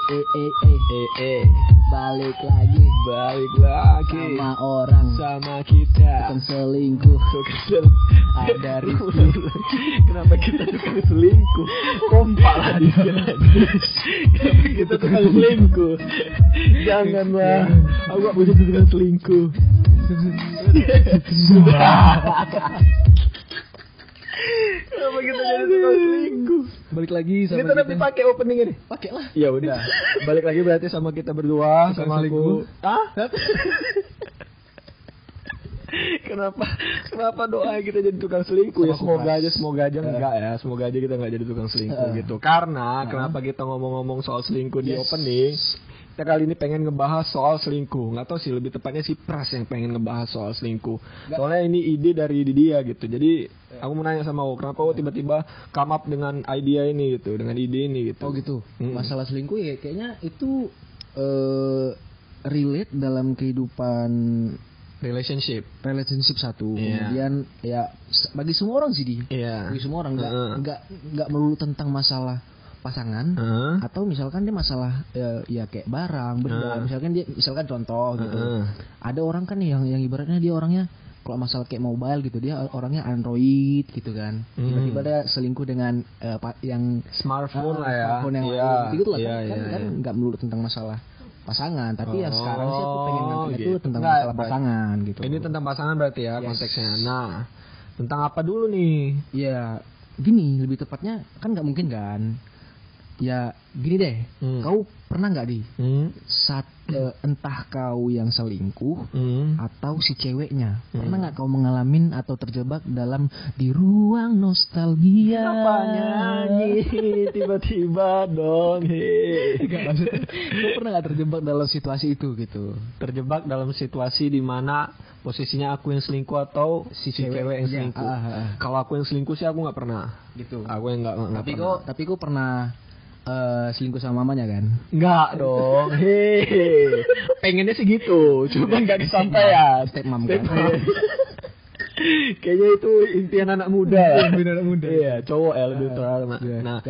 Balik lagi sama orang, sama kita. tukang selingkuh. Ada Rizky. Kenapa kita tukang selingkuh? Kompak lah di sini. Kenapa kita tukang selingkuh? Janganlah. Aku gak bisa tukang selingkuh. Kenapa kita jadi tukang selingkuh? Balik lagi sama Kita tapi pakai opening ini. Pakai lah. Ya udah. Balik lagi berarti sama kita berdua, Tukang sama selingkuh. aku. Kenapa doa kita jadi tukang selingkuh? Ya semoga aja enggak ya. Semoga aja kita enggak jadi tukang selingkuh gitu. Karena kenapa kita ngomong-ngomong soal selingkuh di opening? Kita kali ini pengen ngebahas soal selingkuh. Nggak tahu sih, lebih tepatnya si Pras yang pengen ngebahas soal selingkuh. Soalnya ini ide dari dia gitu. Jadi aku mau nanya sama Wo, kenapa Wo tiba-tiba come up dengan idea ini gitu, dengan ide ini gitu. Oh gitu. Masalah selingkuh ya kayaknya itu relate dalam kehidupan Relationship satu. Iya. Kemudian ya bagi semua orang sih Iya. bagi semua orang nggak melulu tentang masalah pasangan atau misalkan dia masalah ya kayak barang benda. Misalkan contoh gitu. Ada orang kan yang ibaratnya dia orangnya kalau masalah kayak mobile gitu, dia orangnya Android gitu kan. Tiba-tiba dia selingkuh dengan yang smartphone lah ya. Smartphone yang Iya. lain gitu lah. Iya, Kan nggak melulu tentang masalah pasangan, tapi ya sekarang sih aku pengen ngangkat itu gitu. tentang Nggak, masalah pasangan gitu. Ini tentang pasangan berarti ya konteksnya. Nah, tentang apa dulu nih? Ya gini, lebih tepatnya kan nggak mungkin kan. Ya gini deh, kau pernah nggak saat entah kau yang selingkuh atau si ceweknya, pernah nggak kau mengalami atau terjebak dalam di ruang nostalgia? Kenapa nyanyi tiba-tiba dong? Gak maksudnya, kau pernah nggak terjebak dalam situasi itu gitu? Terjebak dalam situasi di mana posisinya aku yang selingkuh atau si cewek yang selingkuh? Kalau aku yang selingkuh sih aku nggak pernah. Gitu. Aku yang nggak pernah. Tapi kau pernah selingkuh sama mamanya kan? Enggak dong. Pengennya sih gitu, cuma nggak disampaikan. Step mom kan. Kayaknya itu impian anak muda. Impian anak muda. Iya, cowok ya lebih terlalu. Nah,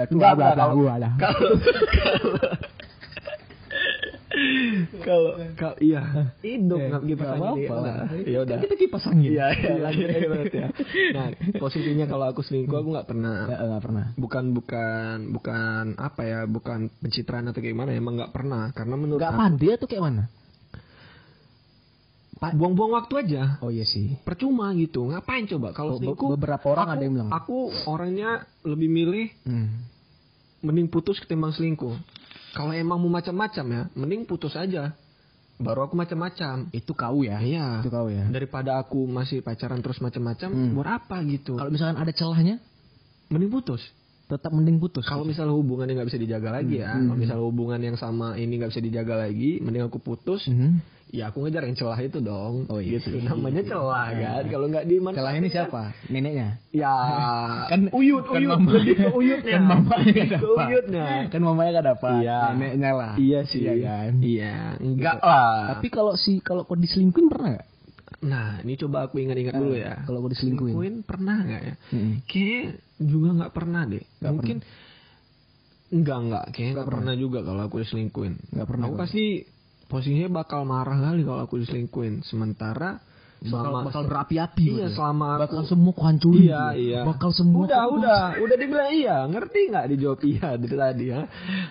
kalau iya hidup nggak kipas angin ya udah kita kipas angin iya lanjut aja berarti ya. Nah posisinya kalau aku selingkuh aku nggak pernah bukan apa ya, bukan pencitraan atau kayak gimana, emang nggak pernah karena menurut nggak pandai atau kayak mana, buang-buang waktu aja. Oh iya sih, percuma gitu, ngapain coba kalau selingkuh. Beberapa orang ada yang bilang aku orangnya lebih milih mending putus ketimbang selingkuh. Kalau emang mau macam-macam ya, mending putus aja. Baru aku macam-macam. Itu kau ya? Iya. Itu kau ya. Daripada aku masih pacaran terus macam-macam, buat apa gitu? Kalau misalkan ada celahnya, mending putus. Tetap mending putus. Kalau misalnya hubungannya nggak bisa dijaga lagi ya, kalau misalnya hubungan yang sama ini nggak bisa dijaga lagi, mending aku putus. Ya aku ngejar yang celah itu dong. Oh iya. Gitu. Namanya celah kan. Kalau nggak di mana? Celah ini siapa? Neneknya. Ya. Kan uyut. Lebih ke uyutnya. Kan mamanya nggak dapat. Uyutnya. Kan mamanya nggak dapat. Iya. Neneknya lah. Iya sih. Iya kan. Iya. Enggak lah. Tapi kalau kau diselingkuhin pernah nggak? Nah ini coba aku ingat-ingat dulu ya. Kalau kau diselingkuhin pernah nggak ya? Kayaknya juga nggak pernah deh. Mungkin enggak. Kayaknya nggak pernah juga kalau aku diselingkuhin. Nggak pernah. Aku pasti posisinya bakal marah kali kalau aku diselingkuhin. Sementara bakal berapi-api. Iya, selama bakal semua ku hancurin. Iya. Bakal semua. Udah dibilang iya. Ngerti nggak dijawab iya dari tadi ya?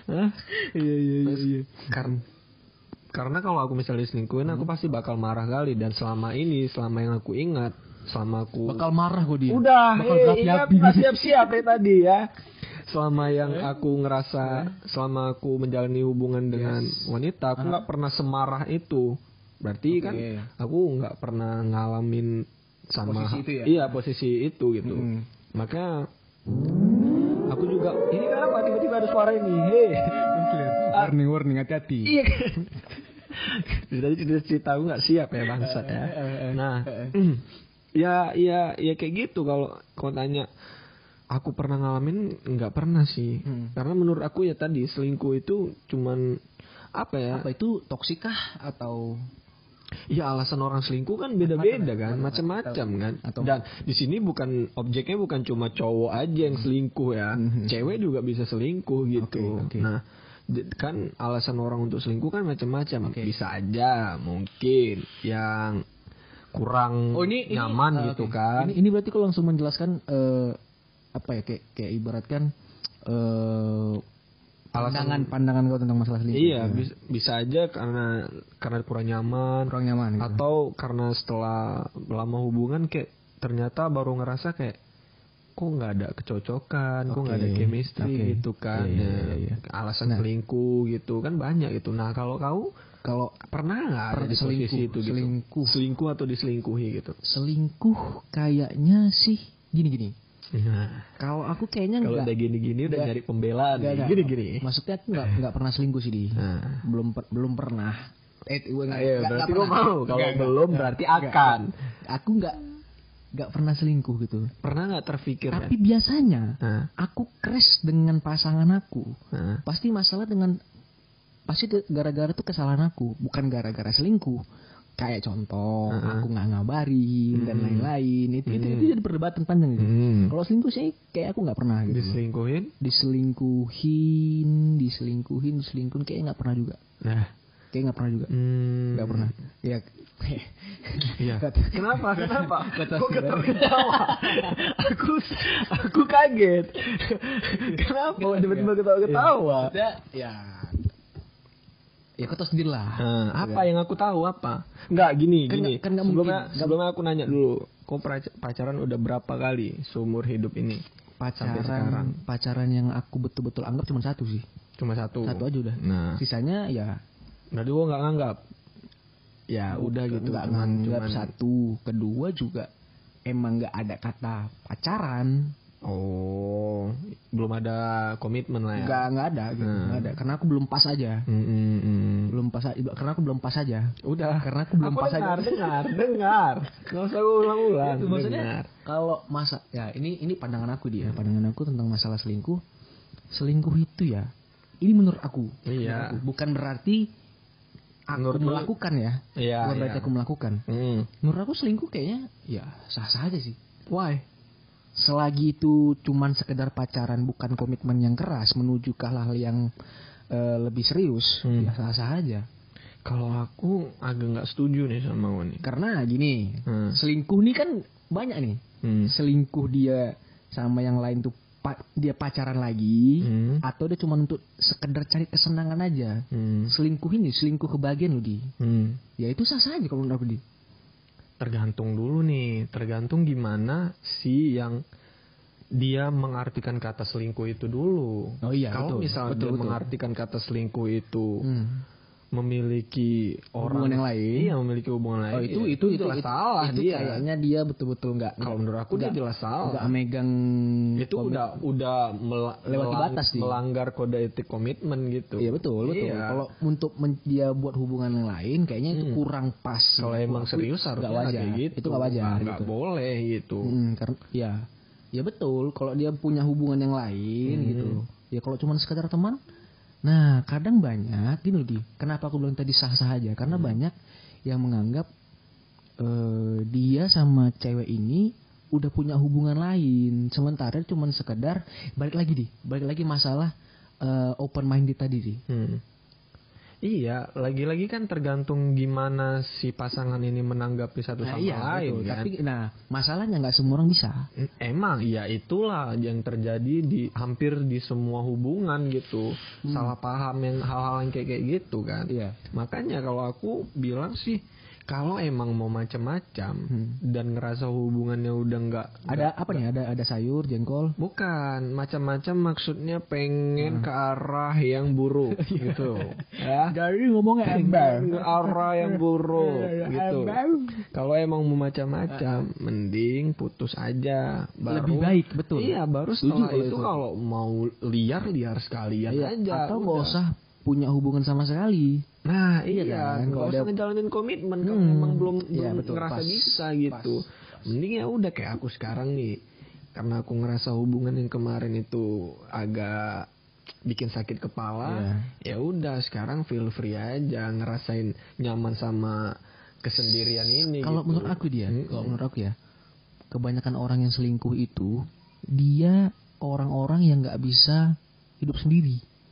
Iya. Karena kalau aku misalnya diselingkuhin, aku pasti bakal marah kali. Dan selama yang aku ingat, selama aku bakal marah kok dia. Udah, bakal berapi-api. Siap-siap dari tadi ya. Selama yang aku ngerasa, selama aku menjalani hubungan dengan wanita, aku nggak pernah semarah itu. Berarti kan aku nggak pernah ngalamin sama posisi itu ya? Iya, posisi itu gitu. Makanya aku juga, ini kenapa tiba-tiba ada suara ini? Warning, hati-hati. Iya. Tadi cerita aku nggak siap ya bangsat ya. Nah, ya kayak gitu. Kalau tanya aku pernah ngalamin, nggak pernah sih. Karena menurut aku ya tadi selingkuh itu cuman apa ya? Apa itu toksikah atau? Ya alasan orang selingkuh kan beda-beda kan, macam-macam kan. Dan di sini objeknya bukan cuma cowok aja yang selingkuh ya, cewek juga bisa selingkuh gitu. Okay. Nah kan alasan orang untuk selingkuh kan macam-macam. Bisa aja mungkin yang kurang nyaman gitu kan. Ini berarti kalau langsung menjelaskan apa ya, kayak ibaratkan pandangan kau tentang masalah selingkuh. Iya, ya. Bisa aja karena kurang nyaman gitu. Atau karena setelah lama hubungan kayak ternyata baru ngerasa kayak kok nggak ada kecocokan, kok nggak ada chemistry gitu kan. Iya. Alasan selingkuh gitu kan banyak gitu. Nah, kalau pernah nggak ada di posisi itu gitu? Selingkuh atau diselingkuhi gitu? Selingkuh kayaknya sih gini. Nah, kalau aku kayaknya kalau udah gini-gini udah nyari pembelaan. Gini. Maksudnya aku nggak pernah selingkuh sih, Di. Nah. Belum pernah. Berarti gue mau. Kalau belum berarti akan. Aku nggak pernah selingkuh gitu. Pernah nggak terpikir? Tapi biasanya aku crash dengan pasangan aku. Pasti gara-gara tuh kesalahan aku, bukan gara-gara selingkuh. Kayak contoh, aku nggak ngabarin dan lain-lain. Itu jadi perdebatan panjang gitu. Kalau selingkuh sih kayak aku nggak pernah gitu. Diselingkuhin kayak nggak pernah juga. Kayak nggak pernah juga. Nggak pernah. Ya. Iya. Kenapa? Kok ketawa? Aku kaget. Kenapa tiba-tiba ketawa? Ya kau tahu sendiri lah. Apa yang aku tahu apa? Enggak gini. Sebelumnya aku nanya dulu. Kau pacaran udah berapa kali seumur hidup ini? Pacaran yang aku betul-betul anggap cuma satu sih. Cuma satu. Satu aja udah. Nah. Sisanya ya. Berarti gua nggak nganggap. Ya udah gitu. Cuman satu. Kedua juga emang nggak ada kata pacaran. Oh, belum ada komitmen lah ya? Nggak ada gitu. Nggak ada. Karena aku belum pas aja. Karena aku belum pas aja. Udah. Karena aku belum pas aja. Dengar. Nggak usah ulang-ulang. Itu maksudnya kalau ini pandangan aku dia. Pandangan aku tentang masalah selingkuh. Selingkuh itu ya. Ini menurut aku. Iya. Bukan berarti aku melakukan ya. Iya. Bukan berarti aku melakukan. Menurut aku selingkuh kayaknya ya sah-sah aja sih. Why? Selagi itu cuman sekedar pacaran, bukan komitmen yang keras menuju ke hal-hal yang lebih serius, ya sah-sah aja. Kalau aku agak nggak setuju nih sama gue nih. Karena gini, selingkuh nih kan banyak nih. Selingkuh dia sama yang lain tuh dia pacaran lagi, atau dia cuma untuk sekedar cari kesenangan aja. Selingkuh kebahagiaan lu di. Ya itu sah-sah aja kalau menurut aku di. Tergantung gimana si yang dia mengartikan kata selingkuh itu dulu. Oh iya, kalau misalnya dia mengartikan kata selingkuh itu memiliki hubungan yang lain. Iya, memiliki hubungan lain. Oh, itu jelas salah itu dia. Kayaknya dia betul-betul enggak. Kalau menurut aku dia jelas salah. Enggak megang itu udah lewati batas sih. Melanggar kode etik komitmen gitu. Iya betul. Iya. Kalau untuk dia buat hubungan yang lain kayaknya itu kurang pas. Kalau emang serius harusnya kayak gitu. Itu enggak wajar. Enggak boleh gitu. Karena ya betul, kalau dia punya hubungan yang lain gitu. Ya kalau cuma sekedar teman. Nah, kadang banyak gini di. Kenapa aku bilang tadi sah-sah aja? Karena banyak yang menganggap dia sama cewek ini udah punya hubungan lain, sementara cuma sekedar balik lagi masalah open minded tadi di. Iya, lagi-lagi kan tergantung gimana si pasangan ini menanggapi satu sama lain. Betul. Kan? Tapi masalahnya nggak semua orang bisa. Emang, ya itulah yang terjadi di hampir di semua hubungan gitu. Salah paham yang hal-hal yang kayak gitu kan. Iya. Makanya kalau aku bilang sih, kalau emang mau macam-macam dan ngerasa hubungannya udah nggak apa nih? Ada sayur, jengkol? Bukan, macam-macam maksudnya pengen ke arah yang buruk gitu. Ya. Jadi ngomongnya ke arah yang buruk gitu. Kalau emang mau macam-macam, mending putus aja. Lebih baik, betul. Iya, baru setelah itu kalau mau liar sekalian aja. Atau nggak usah punya hubungan sama sekali. Nah iya kan, kalau usah ngejalanin komitmen kalau memang belum ngerasa bisa gitu. Mending ya udah kayak aku sekarang nih, karena aku ngerasa hubungan yang kemarin itu agak bikin sakit kepala. Ya udah sekarang feel free aja, ngerasain nyaman sama kesendirian ini. Kalau gitu. menurut aku ya, kebanyakan orang yang selingkuh itu dia orang-orang yang nggak bisa hidup sendiri.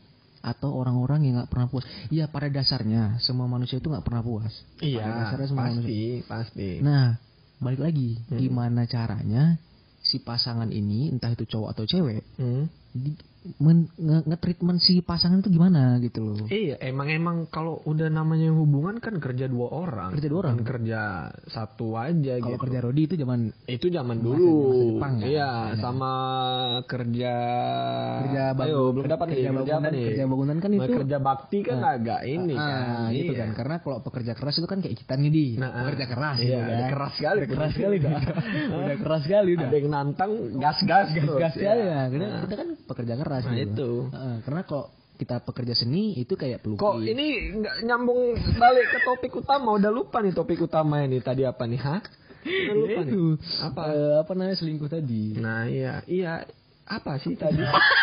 atau orang-orang yang nggak pernah puas. Ya pada dasarnya semua manusia itu nggak pernah puas. Iya, pasti. Nah, balik lagi, gimana caranya si pasangan ini, entah itu cowok atau cewek, nge-treatment si pasangan itu gimana gitu loh. Iya, emang kalau udah namanya hubungan kan kerja dua orang. Kan kerja satu aja. Kalau gitu. kerja Rodi itu zaman dulu. Masa Jepang, kan? Iya, sama kerja belum dapat nih. Kerja bangunan kan itu. Kerja bakti kan agak ini kan. Gitu kan. Karena kalau pekerja keras itu kan kayak kita nih pekerja keras iya, gitu kan. Keras sekali. Udah keras sekali udah. Ada yang nantang gas sekali ya. Kita kan pekerja keras. Nah, itu. Karena kalau kita pekerja seni itu kayak pelukis. Kok ini nggak nyambung balik ke topik utama? Udah lupa nih topik utama ini tadi apa nih? Udah lupa nih. Apa namanya selingkuh tadi? Nah iya. Apa sih tadi?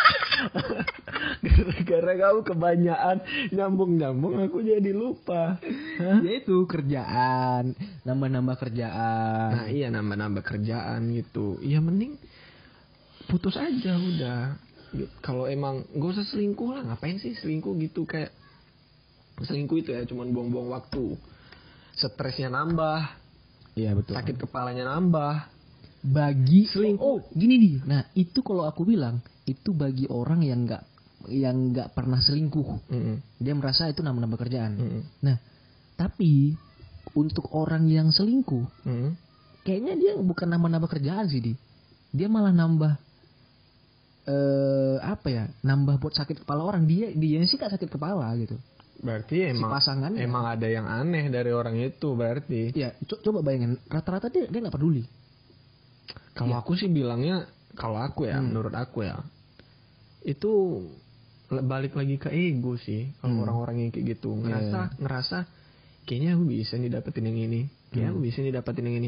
Gara-gara kamu kebanyakan nyambung aku jadi lupa. Yaitu kerjaan, nambah kerjaan. Nah iya nambah kerjaan gitu. Ya mending putus aja udah. Kalau emang gak usah selingkuh lah, ngapain sih selingkuh gitu, kayak selingkuh itu ya cuman buang-buang waktu, stresnya nambah, iya betul, sakit kepalanya nambah. Bagi selingkuh, gini nih, nah itu kalau aku bilang itu bagi orang yang nggak pernah selingkuh, dia merasa itu nambah kerjaan. Nah tapi untuk orang yang selingkuh, kayaknya dia bukan nambah kerjaan sih dia malah nambah nambah buat sakit kepala orang. Dia sih gak sakit kepala gitu. Berarti emang si pasangan emang ada yang aneh dari orang itu berarti. Ya coba bayangin, rata-rata dia gak peduli. Kalau aku sih bilangnya, kalau aku ya menurut aku ya itu balik lagi ke ego sih. Kalau orang-orang yang kayak gitu ngerasa kayaknya aku bisa nih dapetin yang ini, kayaknya aku bisa nih dapetin yang ini.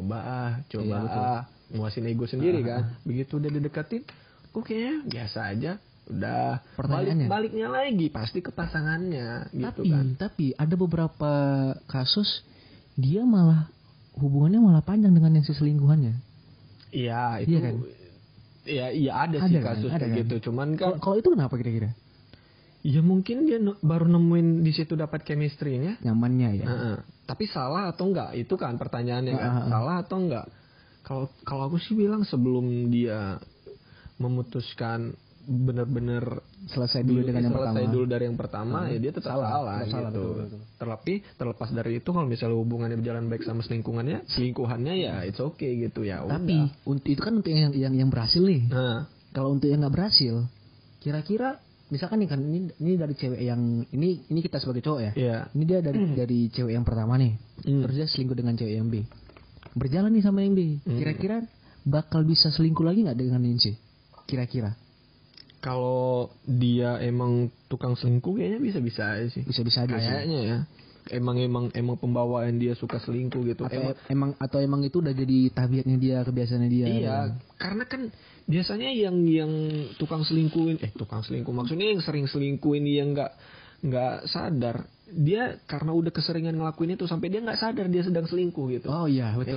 Coba muasin ego sendiri kan. Begitu udah dideketin, kok kayaknya biasa aja, udah baliknya lagi pasti ke pasangannya gitu kan. Tapi ada beberapa kasus dia malah hubungannya malah panjang dengan yang selingkuhannya. Iya itu kan? Iya ada sih kasus kayak gitu. Cuman kan kalau itu kenapa kira-kira? Ya mungkin dia baru nemuin di situ dapat chemistry-nya, nyamannya ya. Tapi salah atau enggak itu kan pertanyaannya kan. Salah atau enggak? Kalau aku sih bilang sebelum dia memutuskan benar-benar selesai dulu dari yang pertama ya dia tetap salah gitu. Terlepas dari itu, kalau misalnya hubungannya berjalan baik sama selingkuhannya ya it's okay gitu ya. Tapi itu kan untuk yang berhasil nih. Kalau untuk yang nggak berhasil, kira-kira misalkan nih kan ini dari cewek yang ini kita sebagai cowok ya. Yeah. Ini dia dari cewek yang pertama nih. Terus dia selingkuh dengan cewek yang B. Berjalan nih sama yang B. Kira-kira bakal bisa selingkuh lagi nggak dengan yang C? Kira-kira. Kalau dia emang tukang selingkuh kayaknya bisa-bisa aja sih. Bisa-bisa aja kayaknya sih. Ya. Emang pembawaan dia suka selingkuh gitu. Atau emang itu udah jadi tabiatnya dia, kebiasaannya dia. Iya, karena kan biasanya yang tukang selingkuhin maksudnya yang sering selingkuhin yang nggak sadar, dia karena udah keseringan ngelakuin itu sampai dia nggak sadar dia sedang selingkuh gitu. Oh iya, betul.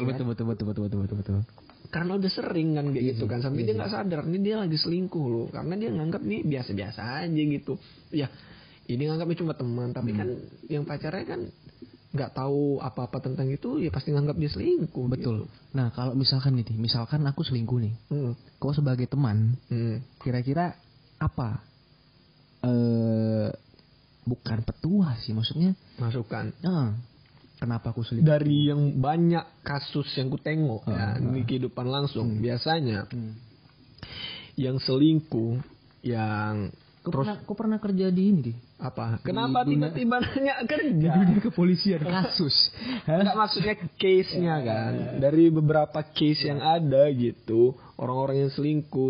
Karena udah sering kan kayak gitu kan, sampai dia nggak sadar ini dia lagi selingkuh loh, karena dia nganggap nih biasa-biasa aja gitu. Ya ini nganggapnya cuma teman, tapi kan yang pacarnya kan nggak tahu apa-apa tentang itu, ya pasti nganggap dia selingkuh. Betul. Gitu. Nah kalau misalkan aku selingkuh nih, kau sebagai teman, kira-kira apa? Bukan petua sih, maksudnya masukan. Kenapa aku selingkuh? Dari yang banyak kasus yang ku tengok di kehidupan langsung, biasanya yang selingkuh yang Kau pernah kerja di ini apa? Kenapa tiba-tiba nanya kerja? Di dunia kepolisian kasus. Enggak, maksudnya case-nya kan. Dari beberapa case yang ada gitu, orang-orang yang selingkuh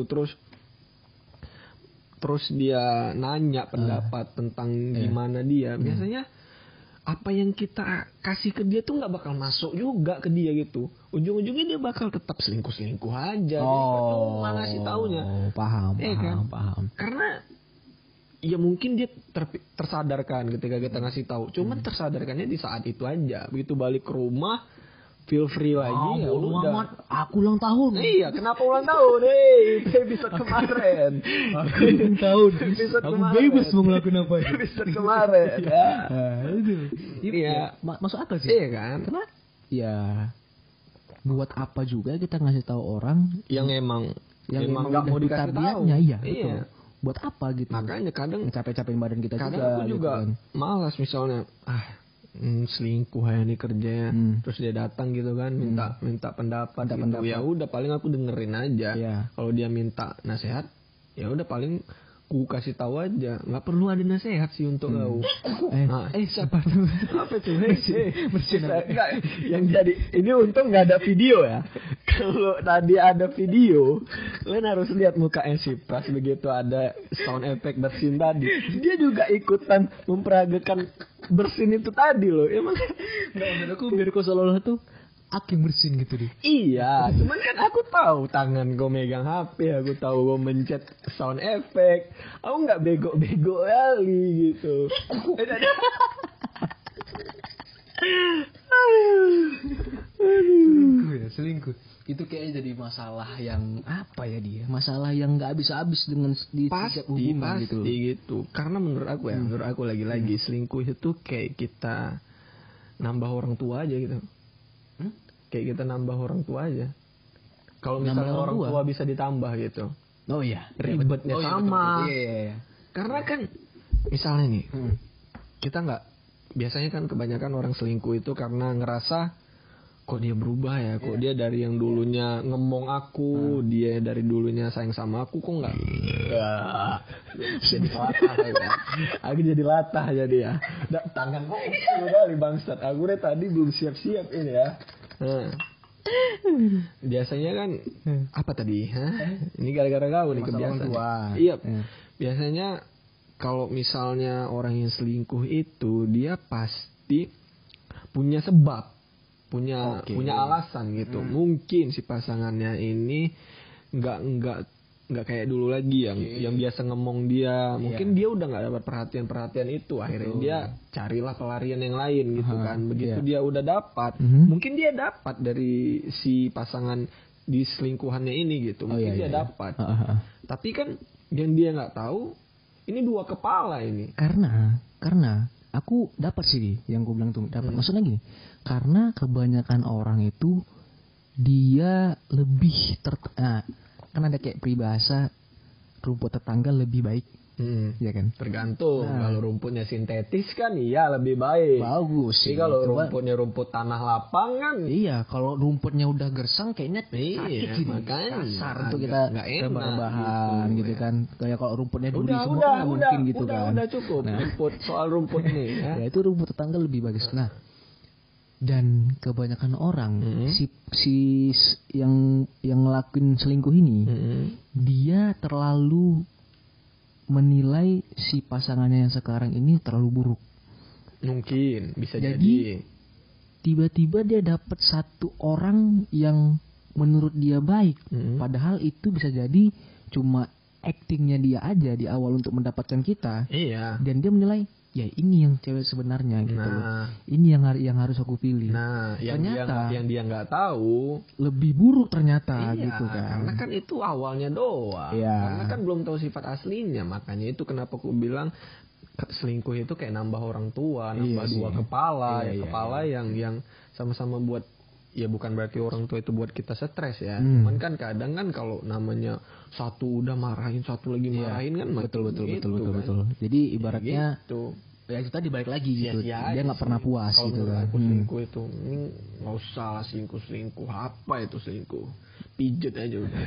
terus dia nanya pendapat tentang gimana dia. Biasanya apa yang kita kasih ke dia tuh nggak bakal masuk juga ke dia gitu. Ujung-ujungnya dia bakal tetap selingkuh aja. Cuma ngasih taunya. Paham. Karena ya mungkin dia tersadarkan ketika kita ngasih tahu. Cuman tersadarkannya di saat itu aja. Begitu balik ke rumah feel free lagi. Ya udah. Aku ulang tahun. Iya, kenapa ulang tahun? Episode kemarin. Aku ulang tahun. Aku bebas mau ngelakuin apa aja. Episode kemarin. Ya. Itu. Iya. Masuk akal sih. Iya kan? Karena ya buat apa juga kita ngasih tahu orang yang emang nggak mau dikasih tahu. Iya. Betul. Buat apa gitu? Makanya kadang capek-capekin badan kita kadang juga. Aku juga gitu kan. malas misalnya selingkuh aja nih kerjanya, terus dia datang gitu kan minta pendapat gitu. Ya udah paling aku dengerin aja. Yeah. Kalau dia minta nasihat, ya udah paling ku kasih tahu aja, nggak perlu ada nasihat sih untuk kau. Siapa tuh? Apa tuh? Enggak, yang jadi ini untung nggak ada video ya. Kalau tadi ada video, kalian harus lihat mukanya si Pras begitu ada sound effect bersin tadi. Dia juga ikutan memperagakan bersin itu tadi loh. Emang nggak aku biar kau seolah-olah tuh aku yang bersin gitu deh. Iya, cuman kan aku tahu tangan gue megang HP, aku tahu gue mencet sound effect. Aku nggak bego-bego kali gitu. Selingkuh. Itu kayaknya jadi masalah yang apa ya dia? Masalah yang nggak habis-habis dengan di setiap hubungan gitu. Gitu. Karena menurut aku menurut aku lagi-lagi selingkuh itu kayak kita nambah orang tua aja gitu. Kayak kita nambah orang tua aja. Kalau misalnya orang tua bisa ditambah gitu. Oh iya. Ribetnya sama. Betul. Iya. Karena kan misalnya nih, kita nggak biasanya kan kebanyakan orang selingkuh itu karena ngerasa kok dia berubah ya, kok dia dari yang dulunya ngemong aku, dia dari dulunya sayang sama aku, kok nggak jadi latah ya. Aku jadi latah jadi ya. Tangan kok kali bangsat. Aku udah tadi belum siap-siap ini ya. Biasanya kan apa tadi? Ini gara-gara kau nih kebiasaan. Iya. Biasanya kalau misalnya orang yang selingkuh itu dia pasti punya sebab. Punya alasan gitu. Mungkin si pasangannya ini nggak kayak dulu lagi yang biasa ngomong dia. Mungkin dia udah nggak dapat perhatian itu. Akhirnya dia carilah pelarian yang lain gitu kan. Begitu dia udah dapat, mungkin dia dapat dari si pasangan di selingkuhannya ini gitu. Mungkin dia dapat. Tapi kan yang dia nggak tahu, ini dua kepala ini. Karena aku dapat sih yang gue bilang tuh dapat. Maksudnya gini, karena kebanyakan orang itu dia lebih kan ada kayak peribahasa rumput tetangga lebih baik, ya kan? Tergantung. Kalau rumputnya sintetis kan iya lebih baik. Bagus sih. Kalau rumputnya rumput tanah lapang kan. Iya, kalau rumputnya udah gersang kayaknya sakit gitu. Makanya kasar untuk kita rebah-rebahan gitu kan. Kayak kalau rumputnya duri semua kan mungkin gitu kan. Udah cukup. Rumput soal rumput nih ya. Ya itu rumput tetangga lebih bagus. Nah, dan kebanyakan orang si yang ngelakuin selingkuh ini dia terlalu menilai si pasangannya yang sekarang ini terlalu buruk. Mungkin bisa jadi tiba-tiba dia dapat satu orang yang menurut dia baik, padahal itu bisa jadi cuma actingnya dia aja di awal untuk mendapatkan kita. Iya. Dan dia menilai ya ini yang cewek sebenarnya gitu loh. Ini yang harus aku pilih. Nah, ternyata yang dia nggak tahu lebih buruk ternyata gitu kan. Karena kan itu awalnya doang. Karena kan belum tahu sifat aslinya. Makanya itu kenapa aku bilang selingkuh itu kayak nambah orang tua, nambah dua kepala, kepala yang sama-sama buat. Ya bukan berarti orang tua itu buat kita stres ya. Cuman kan kadang kan kalau namanya satu udah marahin, satu lagi marahin kan betul. Jadi ibaratnya gitu. Ya kita dibalik lagi gitu. Dia nggak pernah puas gitu kan. Selingkuh itu nggak usah selingkuh apa itu selingkuh, pijet aja udah.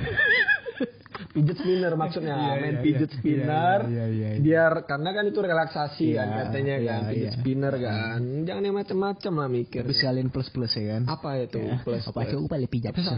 Pijet spinner maksudnya, main pijet spinner. Biar karena kan itu relaksasi kan katanya kan, pijet spinner kan. Jangan yang macam-macam lah mikir. Tapi sekalian plus ya kan. Apa itu plus? Apa itu upaya pijat plus.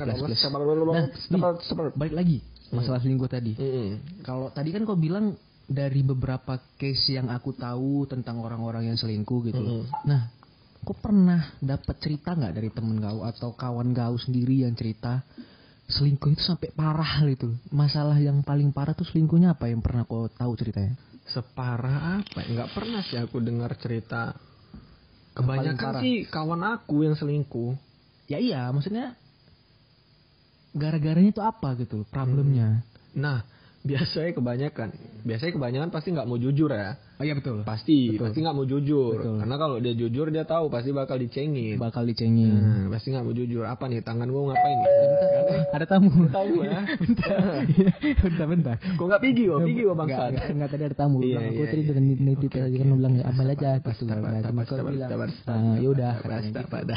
Nah, balik lagi masalah selingkuh tadi. Kalau tadi kan kau bilang dari beberapa case yang aku tahu tentang orang-orang yang selingkuh gitu. Nah, kau pernah dapat cerita nggak dari temen kau atau kawan kau sendiri yang cerita selingkuh itu sampai parah gitu? Masalah yang paling parah tuh selingkuhnya apa yang pernah kau tahu ceritanya? Separah apa? Nggak pernah sih aku dengar cerita. Kebanyakan sih kawan aku yang selingkuh. Ya iya, maksudnya gara-garanya itu apa gitu, problemnya. Nah, biasanya kebanyakan pasti nggak mau jujur ya. Oh iya betul. Pasti nggak mau jujur. Betul. Karena kalau dia jujur dia tahu pasti bakal dicengin. Pasti nggak mau jujur. Apa nih tangan gue ngapain nih? Ada tamu. Ya. Bentar. Kok nggak pigi gue bangsa. Enggak tadi ada tamu. Iya, Aku tadi iya. dengan nitip aja kan bilang amal aja gitu. Sabar. Ya udah. Pada.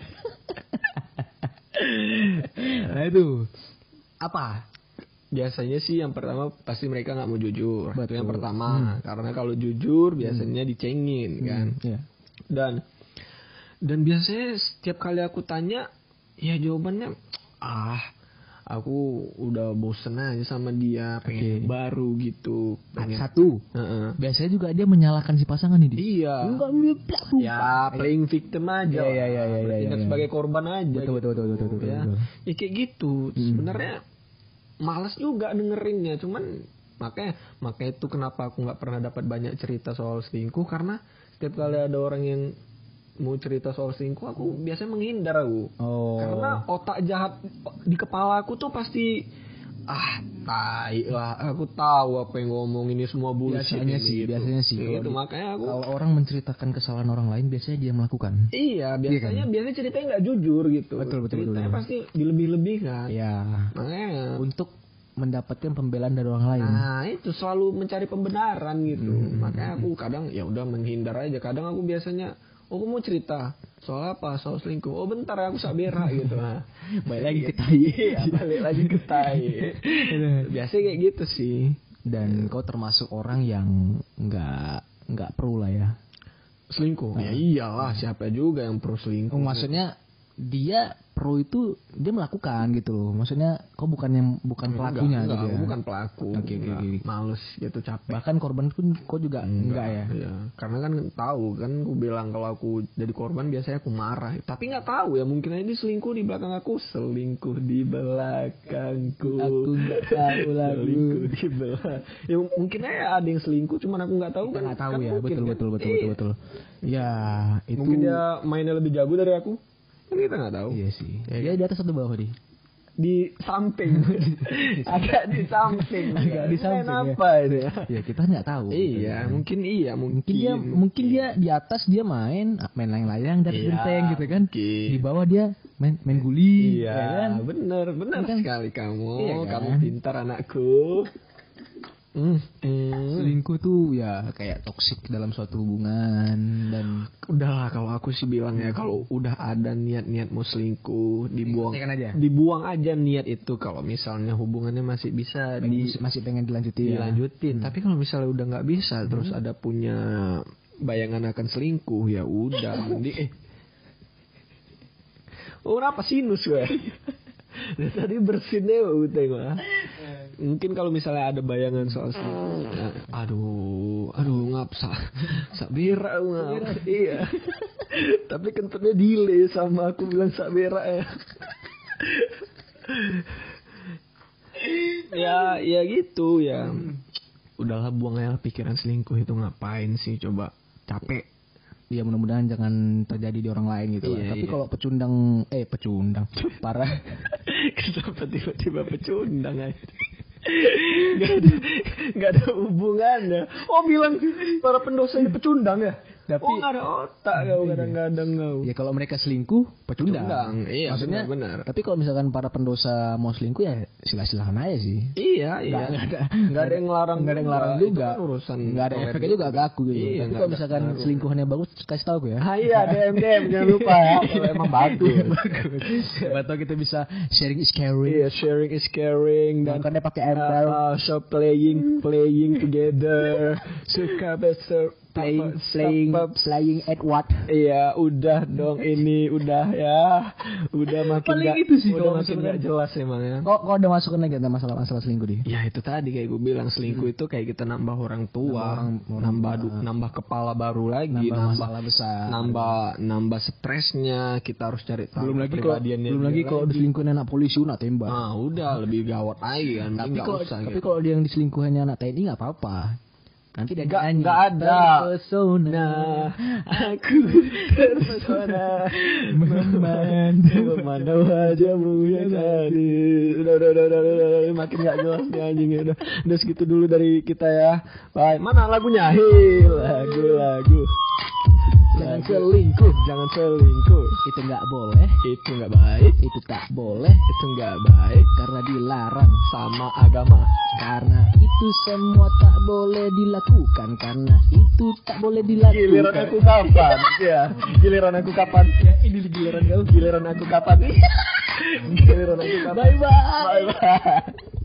Nah itu apa? Biasanya sih yang pertama pasti mereka nggak mau jujur. Itu yang Betul. pertama. Karena kalau jujur biasanya dicengin kan. Iya. Dan biasanya setiap kali aku tanya, ya jawabannya aku udah bosen aja sama dia, pengen baru gitu. Satu. Biasanya juga dia menyalahkan si pasangan ini. Iya. Enggak Ya playing victim aja. Iya. Bertindak sebagai korban aja. Betul. Ya kayak gitu. Sebenarnya malas juga dengerinnya, cuman makanya itu kenapa aku nggak pernah dapat banyak cerita soal selingkuh, karena setiap kali ada orang yang mau cerita soal selingkuh aku biasanya menghindar aku. Karena otak jahat di kepala aku tuh pasti tai lah, aku tahu apa yang ngomong ini semua bullshit. Biasanya sih gitu. Makanya aku kalau orang menceritakan kesalahan orang lain biasanya dia melakukan. Iya, biasanya ceritanya nggak jujur gitu. Betul. Ceritanya pasti dilebih-lebihkan. Iya. Makanya Untuk mendapatkan pembelaan dari orang lain. Nah, itu selalu mencari pembenaran gitu. Makanya aku kadang ya udah menghindar aja. Kadang aku biasanya aku mau cerita soal apa? Soal selingkuh. Oh bentar aku sabera gitu. Nah, Balik lagi ke tai. Balik lagi ke tai. Biasanya kayak gitu sih. Dan kau termasuk orang yang nggak perlu lah ya. Selingkuh. Ya iyalah, siapa juga yang pro selingkuh. Maksudnya dia pro itu dia melakukan gitu loh. Maksudnya kau bukan pelakunya enggak, gitu ya. bukan pelaku. Oke. Males gitu, capek. Bahkan korban pun kau juga enggak ya. Iya. Karena kan tahu kan aku bilang kalau aku jadi korban biasanya aku marah. Tapi nggak tahu ya, mungkin aja dia selingkuh di belakang aku. Selingkuh di belakangku. Aku nggak tahu lagi. Selingkuh di belakang. Ya mungkin aja ada yang selingkuh, cuman aku nggak tahu. Nggak tahu kan ya. mungkin, Betul. Ya itu. Mungkin dia mainnya lebih jago dari aku. Kan kita nggak tahu. Iya sih. Dia di atas atau bawah di? Di samping. Agak di samping. Main apa itu ya? Ya kita nggak tahu. Iya, mungkin mungkin dia di atas dia main layang-layang dari genteng gitu kan. Di bawah dia main guli. Iya, ya kan? bener kan? sekali kamu. Iya kan? Kamu pintar anakku. Selingkuh tuh ya kayak toksik dalam suatu hubungan. Dan udahlah, kalau aku sih bilang ya, kalau udah ada niat mau selingkuh, dibuang aja niat itu. Kalau misalnya hubungannya masih bisa masih pengen dilanjutin. Tapi kalau misalnya udah nggak bisa, terus ada punya bayangan akan selingkuh, ya udah. Kenapa sinus gue? Tadi bersinnya tengok. Mungkin kalau misalnya ada bayangan soal selingkuh, aduh ngap sabera ngap. Iya. Tapi kentutnya delay sama aku bilang sabera ya. Ya gitu ya. Udahlah, buang aja pikiran selingkuh itu, ngapain sih, coba, capek. Ya mudah-mudahan jangan terjadi di orang lain gitu. Iya, Tapi iya. kalau pecundang parah. Kenapa tiba-tiba pecundang aja? Gak ada hubungannya. Oh, bilang para pendosa ini pecundang ya? Tapi gak ada otak kau, kadang-kadang kau. Ya kalau mereka selingkuh pecundang. Iya, maksudnya benar. Tapi kalau misalkan para pendosa mau selingkuh ya silakan aja sih. Iya. Nggak ada yang larang. Nggak ada yang larang juga. Itu kan urusan. Nggak ada efeknya juga ke aku gitu. Iya, tapi kalau misalkan selingkuhannya bagus, kasih tahu aku ya. Iya, DM jangan lupa ya. Kalau emang bagus. Atau kita bisa sharing is caring. Iya, sharing is caring. Dan makanya pakai ML. So playing together. Suka besar. Playing at what? Iya, udah dong ini, udah ya. Udah makin paling gak, itu sih udah makin gak jelas emang ya. Kok ada masukan lagi tentang masalah selingkuh di? Ya itu tadi kayak gue bilang, selingkuh itu kayak kita nambah orang tua, nambah kepala baru lagi, nambah masalah besar, nambah stresnya, kita harus cari tahu belum lagi kalau diselingkuhin anak polisi nak tembak. Udah lebih gawat lagi kan. Tapi kalau dia yang diselingkuhannya anak TNI nggak apa-apa. Nanti dia nggak ada. Terpesona, aku terpesona memandang wajahmu yang tadi. Udah, makin nggak jelas nih anjing. Udah segitu dulu dari kita ya. Bye. Mana lagunya? Lagu. Jangan selingkuh. Itu nggak boleh. Itu nggak baik. Itu tak boleh. Itu nggak baik. Karena dilarang sama agama. Karena itu semua tak boleh dilakukan. Karena itu tak boleh dilakukan. Giliran aku kapan? Ya, giliran aku kapan? Ya, ini giliran kamu. Giliran aku kapan? Giliran aku kapan? Bye bye. Bye bye.